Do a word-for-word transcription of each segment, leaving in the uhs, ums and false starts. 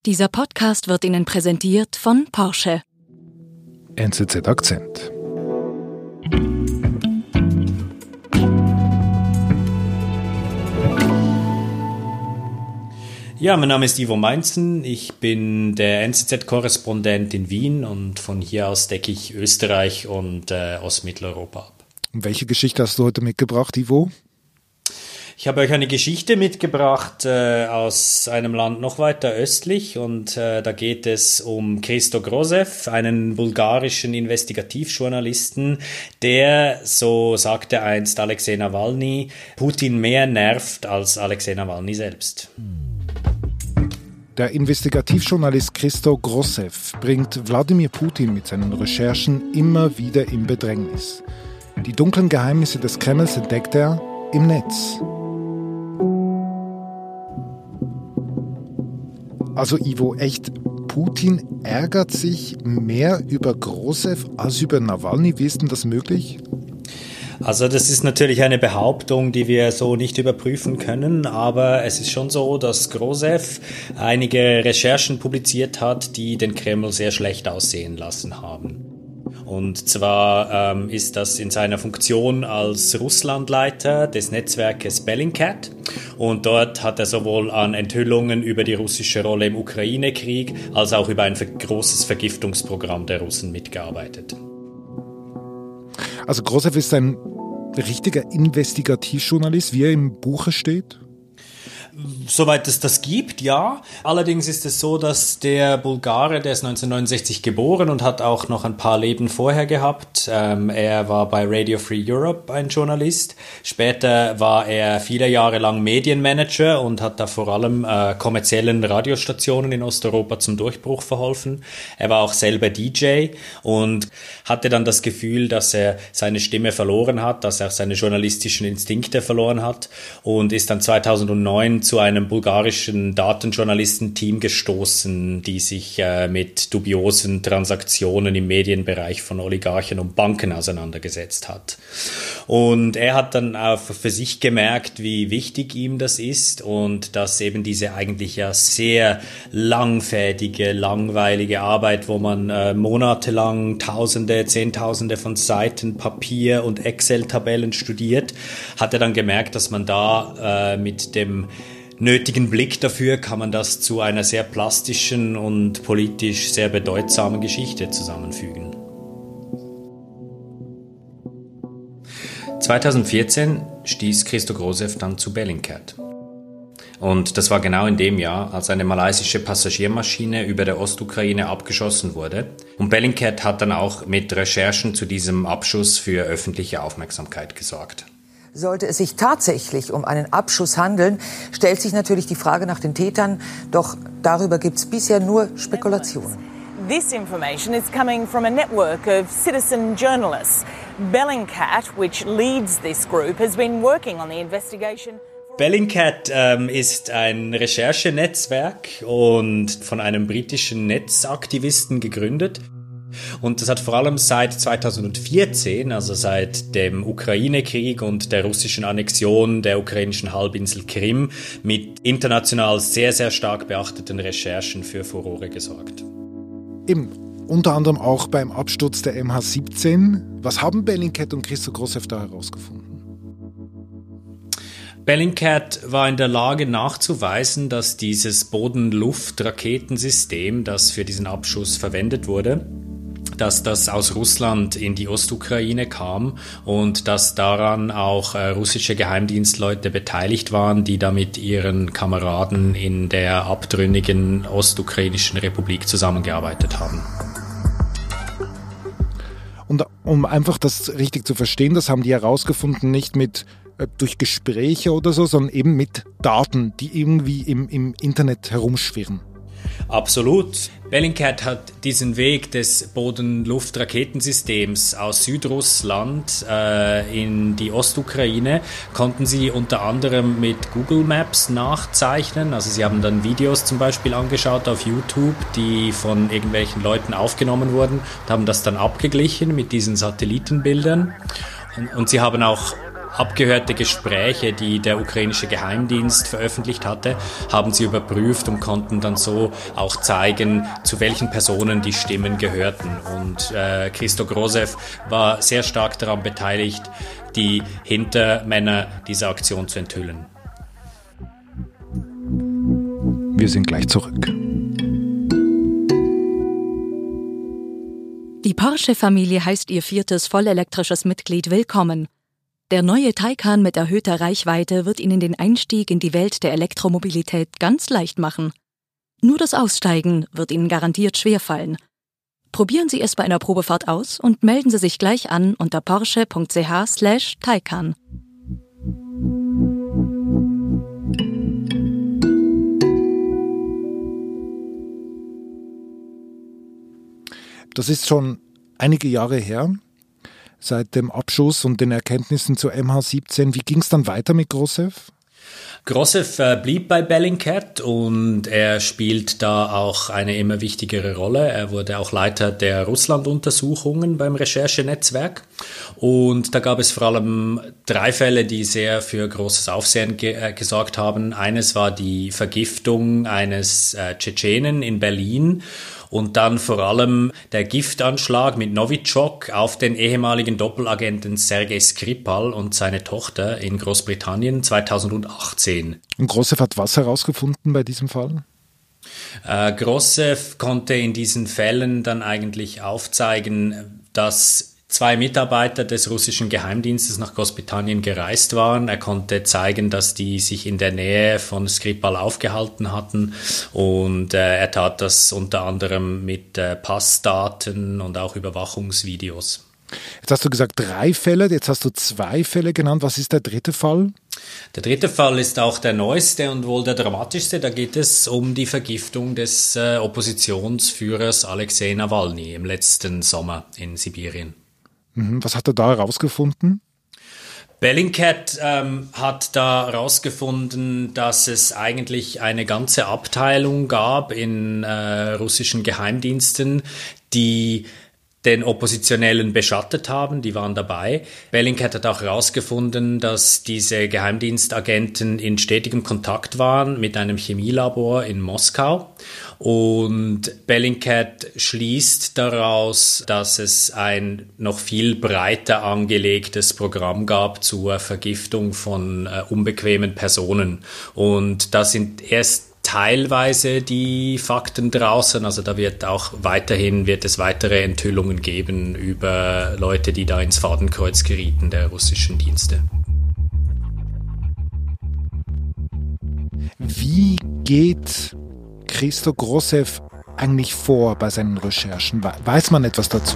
Dieser Podcast wird Ihnen präsentiert von Porsche. N Z Z Akzent. Ja, mein Name ist Ivo Meinzen, ich bin der N Z Z-Korrespondent in Wien und von hier aus decke ich Österreich und äh, Ostmitteleuropa ab. Und welche Geschichte hast du heute mitgebracht, Ivo? Ich habe euch eine Geschichte mitgebracht äh, aus einem Land noch weiter östlich und äh, da geht es um Hristo Grozev, einen bulgarischen Investigativjournalisten, der, so sagte einst Alexei Nawalny, Putin mehr nervt als Alexei Nawalny selbst. Der Investigativjournalist Hristo Grozev bringt Wladimir Putin mit seinen Recherchen immer wieder in Bedrängnis. Die dunklen Geheimnisse des Kremls entdeckt er im Netz. Also Ivo, echt, Putin ärgert sich mehr über Grozev als über Nawalny. Wie ist denn das möglich? Also das ist natürlich eine Behauptung, die wir so nicht überprüfen können, aber es ist schon so, dass Grozev einige Recherchen publiziert hat, die den Kreml sehr schlecht aussehen lassen haben. Und zwar ähm, ist das in seiner Funktion als Russlandleiter des Netzwerkes Bellingcat. Und dort hat er sowohl an Enthüllungen über die russische Rolle im Ukraine-Krieg als auch über ein großes Vergiftungsprogramm der Russen mitgearbeitet. Also Grozev ist ein richtiger Investigativjournalist, wie er im Buche steht? Soweit es das gibt, ja. Allerdings ist es so, dass der Bulgare, der ist neunzehnhundertneunundsechzig geboren und hat auch noch ein paar Leben vorher gehabt. Ähm, er war bei Radio Free Europe ein Journalist. Später war er viele Jahre lang Medienmanager und hat da vor allem äh, kommerziellen Radiostationen in Osteuropa zum Durchbruch verholfen. Er war auch selber D J und hatte dann das Gefühl, dass er seine Stimme verloren hat, dass er auch seine journalistischen Instinkte verloren hat und ist dann zweitausendneun zu einem bulgarischen Datenjournalistenteam gestoßen, die sich äh, mit dubiosen Transaktionen im Medienbereich von Oligarchen und Banken auseinandergesetzt hat. Und er hat dann auch für sich gemerkt, wie wichtig ihm das ist und dass eben diese eigentlich ja sehr langfädige, langweilige Arbeit, wo man äh, monatelang Tausende, Zehntausende von Seiten Papier und Excel-Tabellen studiert, hat er dann gemerkt, dass man da äh, mit dem nötigen Blick dafür kann man das zu einer sehr plastischen und politisch sehr bedeutsamen Geschichte zusammenfügen. zweitausendvierzehn stieß Hristo Grozev dann zu Bellingcat. Und das war genau in dem Jahr, als eine malaysische Passagiermaschine über der Ostukraine abgeschossen wurde. Und Bellingcat hat dann auch mit Recherchen zu diesem Abschuss für öffentliche Aufmerksamkeit gesorgt. Sollte es sich tatsächlich um einen Abschuss handeln, stellt sich natürlich die Frage nach den Tätern. Doch darüber gibt es bisher nur Spekulationen. This information is coming from a network of citizen journalists. Bellingcat, which leads this group, has been working on the investigation. Bellingcat ähm, ist ein Recherchenetzwerk und von einem britischen Netzaktivisten gegründet. Und das hat vor allem seit zweitausendvierzehn, also seit dem Ukraine-Krieg und der russischen Annexion der ukrainischen Halbinsel Krim, mit international sehr, sehr stark beachteten Recherchen für Furore gesorgt. Eben, unter anderem auch beim Absturz der M H siebzehn. Was haben Bellingcat und Hristo Grozev da herausgefunden? Bellingcat war in der Lage nachzuweisen, dass dieses Boden-Luft-Raketensystem, das für diesen Abschuss verwendet wurde, dass das aus Russland in die Ostukraine kam und dass daran auch äh, russische Geheimdienstleute beteiligt waren, die da mit ihren Kameraden in der abtrünnigen ostukrainischen Republik zusammengearbeitet haben. Und um einfach das richtig zu verstehen, das haben die herausgefunden, nicht mit äh, durch Gespräche oder so, sondern eben mit Daten, die irgendwie im, im Internet herumschwirren. Absolut. Bellingcat hat diesen Weg des Boden-Luft-Raketensystems aus Südrussland äh, in die Ostukraine, konnten sie unter anderem mit Google Maps nachzeichnen. Also sie haben dann Videos zum Beispiel angeschaut auf YouTube, die von irgendwelchen Leuten aufgenommen wurden und haben das dann abgeglichen mit diesen Satellitenbildern. Und, und sie haben auch abgehörte Gespräche, die der ukrainische Geheimdienst veröffentlicht hatte, haben sie überprüft und konnten dann so auch zeigen, zu welchen Personen die Stimmen gehörten. Und äh, Christo Grozew war sehr stark daran beteiligt, die Hintermänner dieser Aktion zu enthüllen. Wir sind gleich zurück. Die Porsche-Familie heißt ihr viertes vollelektrisches Mitglied willkommen. Der neue Taycan mit erhöhter Reichweite wird ihnen den Einstieg in die Welt der Elektromobilität ganz leicht machen. Nur das Aussteigen wird ihnen garantiert schwerfallen. Probieren Sie es bei einer Probefahrt aus und melden Sie sich gleich an unter porsche punkt c h slash Taycan. Das ist schon einige Jahre her, seit dem Abschuss und den Erkenntnissen zu M H siebzehn. Wie ging es dann weiter mit Grozew? Grozew äh, blieb bei Bellingcat und er spielt da auch eine immer wichtigere Rolle. Er wurde auch Leiter der Russland-Untersuchungen beim Recherchenetzwerk. Und da gab es vor allem drei Fälle, die sehr für großes Aufsehen ge- äh, gesorgt haben. Eines war die Vergiftung eines äh, Tschetschenen in Berlin. Und dann vor allem der Giftanschlag mit Novichok auf den ehemaligen Doppelagenten Sergei Skripal und seine Tochter in Großbritannien zweitausendachtzehn. Und Grozew hat was herausgefunden bei diesem Fall? Äh, Grozew konnte in diesen Fällen dann eigentlich aufzeigen, dass zwei Mitarbeiter des russischen Geheimdienstes nach Großbritannien gereist waren. Er konnte zeigen, dass die sich in der Nähe von Skripal aufgehalten hatten und äh, er tat das unter anderem mit äh, Passdaten und auch Überwachungsvideos. Jetzt hast du gesagt drei Fälle, jetzt hast du zwei Fälle genannt. Was ist der dritte Fall? Der dritte Fall ist auch der neueste und wohl der dramatischste. Da geht es um die Vergiftung des äh, Oppositionsführers Alexei Nawalny im letzten Sommer in Sibirien. Was hat er da herausgefunden? Bellingcat ähm, hat da herausgefunden, dass es eigentlich eine ganze Abteilung gab in äh, russischen Geheimdiensten, die den Oppositionellen beschattet haben, die waren dabei. Bellingcat hat auch herausgefunden, dass diese Geheimdienstagenten in stetigem Kontakt waren mit einem Chemielabor in Moskau. Und Bellingcat schließt daraus, dass es ein noch viel breiter angelegtes Programm gab zur Vergiftung von äh, unbequemen Personen. Und da sind erst teilweise die Fakten draußen, also da wird auch weiterhin, wird es weitere Enthüllungen geben über Leute, die da ins Fadenkreuz gerieten der russischen Dienste. Wie geht Christo Grozew eigentlich vor bei seinen Recherchen? Weiß man etwas dazu?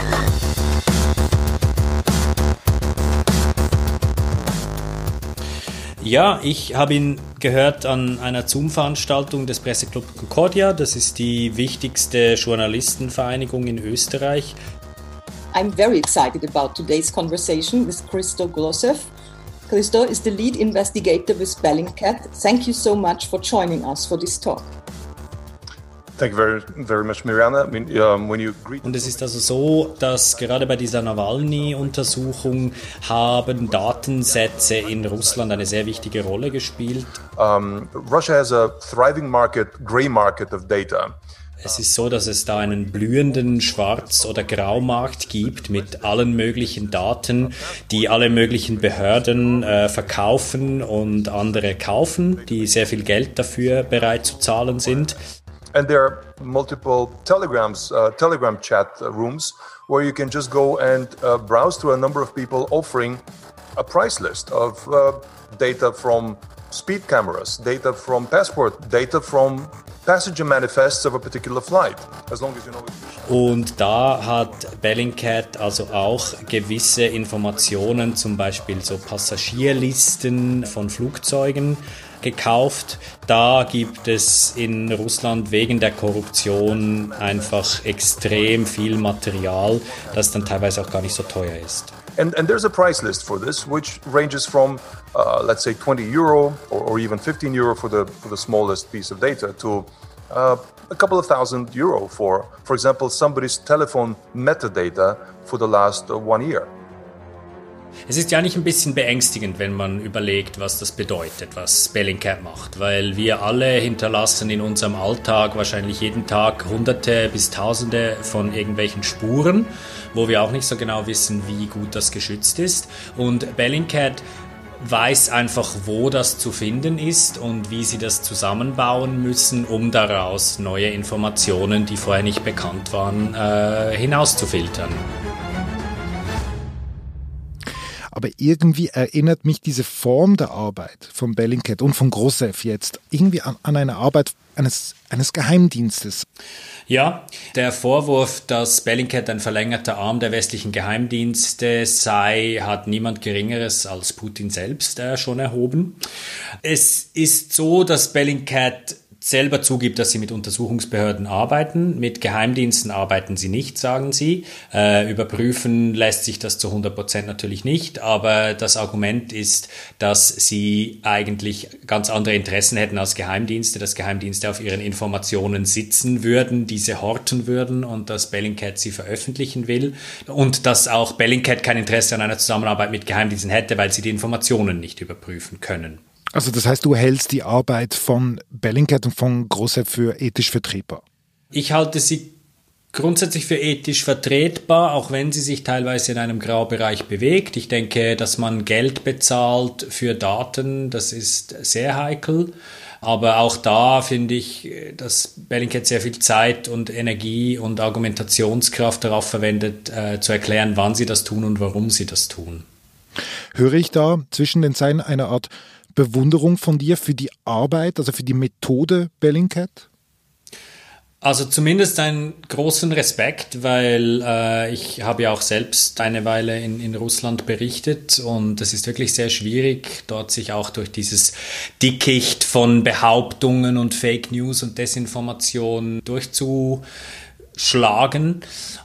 Ja, ich habe ihn gehört an einer Zoom-Veranstaltung des Presseclub Concordia. Das ist die wichtigste Journalistenvereinigung in Österreich. I'm very excited about today's conversation with Christo Grozew. Christo is the lead investigator with Bellingcat. Thank you so much for joining us for this talk. Thank you very, very much, Mirjana. I mean, um, when you greet Und es ist also so, dass gerade bei dieser Nawalny-Untersuchung haben Datensätze in Russland eine sehr wichtige Rolle gespielt. Um, Russia has a thriving market, grey market of data. Es ist so, dass es da einen blühenden Schwarz- oder Graumarkt gibt mit allen möglichen Daten, die alle möglichen Behörden äh, verkaufen und andere kaufen, die sehr viel Geld dafür bereit zu zahlen sind. And there are multiple telegrams, uh, telegram chat rooms where you can just go and uh, browse through a number of people offering a price list of uh, data from speed cameras, data from passport, data from passenger manifests of a particular flight, as long as you know it. Und da hat Bellingcat also auch gewisse Informationen, zum Beispiel so Passagierlisten von Flugzeugen, gekauft. Da gibt es in Russland wegen der Korruption einfach extrem viel Material, das dann teilweise auch gar nicht so teuer ist. And, and there's a price list for this, which ranges from, uh, let's say, twenty euro or, or even fifteen euro for the for the smallest piece of data to uh, a couple of thousand euro for, for example, somebody's telephone metadata for the last uh, one year. Es ist ja nicht ein bisschen beängstigend, wenn man überlegt, was das bedeutet, was Bellingcat macht, weil wir alle hinterlassen in unserem Alltag wahrscheinlich jeden Tag Hunderte bis Tausende von irgendwelchen Spuren, wo wir auch nicht so genau wissen, wie gut das geschützt ist. Und Bellingcat weiß einfach, wo das zu finden ist und wie sie das zusammenbauen müssen, um daraus neue Informationen, die vorher nicht bekannt waren, äh, hinauszufiltern. Aber irgendwie erinnert mich diese Form der Arbeit von Bellingcat und von Grosseff jetzt irgendwie an, an eine Arbeit eines, eines Geheimdienstes. Ja, der Vorwurf, dass Bellingcat ein verlängerter Arm der westlichen Geheimdienste sei, hat niemand Geringeres als Putin selbst äh, schon erhoben. Es ist so, dass Bellingcat selber zugibt, dass sie mit Untersuchungsbehörden arbeiten. Mit Geheimdiensten arbeiten sie nicht, sagen sie. Äh, überprüfen lässt sich das zu hundert Prozent natürlich nicht, aber das Argument ist, dass sie eigentlich ganz andere Interessen hätten als Geheimdienste, dass Geheimdienste auf ihren Informationen sitzen würden, diese horten würden und dass Bellingcat sie veröffentlichen will und dass auch Bellingcat kein Interesse an einer Zusammenarbeit mit Geheimdiensten hätte, weil sie die Informationen nicht überprüfen können. Also das heißt, du hältst die Arbeit von Bellingcat und von Grosseff für ethisch vertretbar? Ich halte sie grundsätzlich für ethisch vertretbar, auch wenn sie sich teilweise in einem Graubereich bewegt. Ich denke, dass man Geld bezahlt für Daten, das ist sehr heikel. Aber auch da finde ich, dass Bellingcat sehr viel Zeit und Energie und Argumentationskraft darauf verwendet, äh, zu erklären, wann sie das tun und warum sie das tun. Höre ich da zwischen den Zeilen eine Art Bewunderung von dir für die Arbeit, also für die Methode Bellingcat? Also zumindest einen großen Respekt, weil äh, ich habe ja auch selbst eine Weile in, in Russland berichtet und es ist wirklich sehr schwierig, dort sich auch durch dieses Dickicht von Behauptungen und Fake News und Desinformation durchzuschlagen.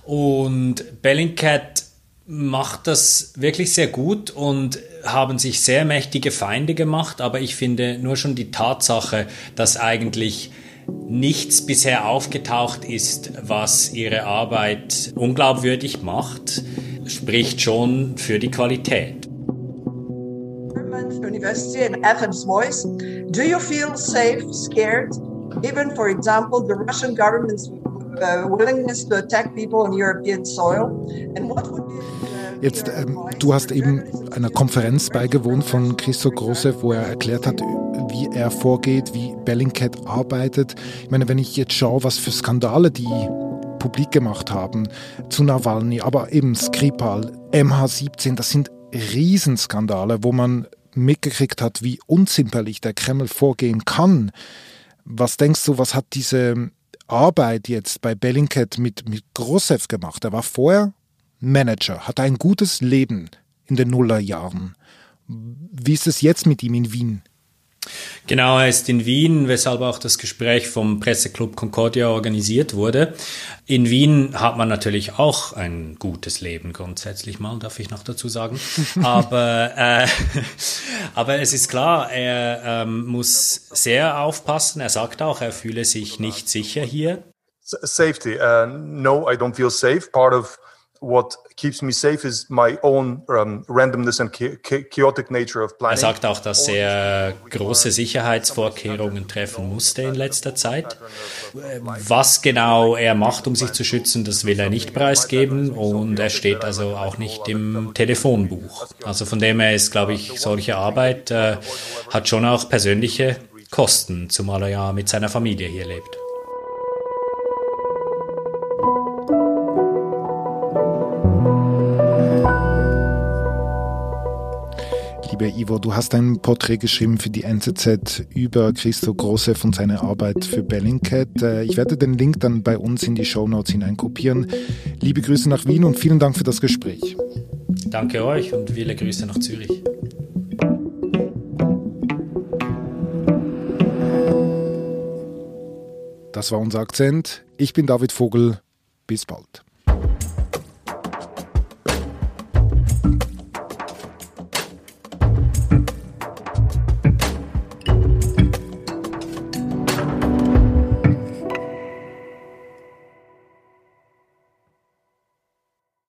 Und Bellingcat macht das wirklich sehr gut und haben sich sehr mächtige Feinde gemacht, aber ich finde nur schon die Tatsache, dass eigentlich nichts bisher aufgetaucht ist, was ihre Arbeit unglaubwürdig macht, spricht schon für die Qualität. University in Athens Voice. Do you feel safe, scared, even for example the Russian government's uh, willingness to attack people on European soil? And what would be Jetzt, ähm, du hast eben einer Konferenz beigewohnt von Christo Grosseff, wo er erklärt hat, wie er vorgeht, wie Bellingcat arbeitet. Ich meine, wenn ich jetzt schaue, was für Skandale die publik gemacht haben, zu Nawalny, aber eben Skripal, M H siebzehn, das sind Riesenskandale, wo man mitgekriegt hat, wie unzimperlich der Kreml vorgehen kann. Was denkst du, was hat diese Arbeit jetzt bei Bellingcat mit, mit Grosseff gemacht? Er war vorher Manager, hatte ein gutes Leben in den Nullerjahren. Wie ist es jetzt mit ihm in Wien? Genau, er ist in Wien, weshalb auch das Gespräch vom Presseclub Concordia organisiert wurde. In Wien hat man natürlich auch ein gutes Leben grundsätzlich mal, darf ich noch dazu sagen. Aber, äh, aber es ist klar, er ähm, muss sehr aufpassen. Er sagt auch, er fühle sich nicht sicher hier. Safety. Uh, no, I don't feel safe. Part of what keeps me safe is my own um, randomness and chaotic nature of planning. Er sagt auch, dass er große Sicherheitsvorkehrungen treffen musste in letzter Zeit. Was genau er macht, um sich zu schützen, das will er nicht preisgeben und er steht also auch nicht im Telefonbuch. Also von dem her ist, glaube ich, solche Arbeit äh, hat schon auch persönliche Kosten, zumal er ja mit seiner Familie hier lebt. Lieber Ivo, du hast ein Porträt geschrieben für die N Z Z über Christo Grosseff und seine Arbeit für Bellingcat. Ich werde den Link dann bei uns in die Shownotes hineinkopieren. Liebe Grüße nach Wien und vielen Dank für das Gespräch. Danke euch und viele Grüße nach Zürich. Das war unser Akzent. Ich bin David Vogel. Bis bald.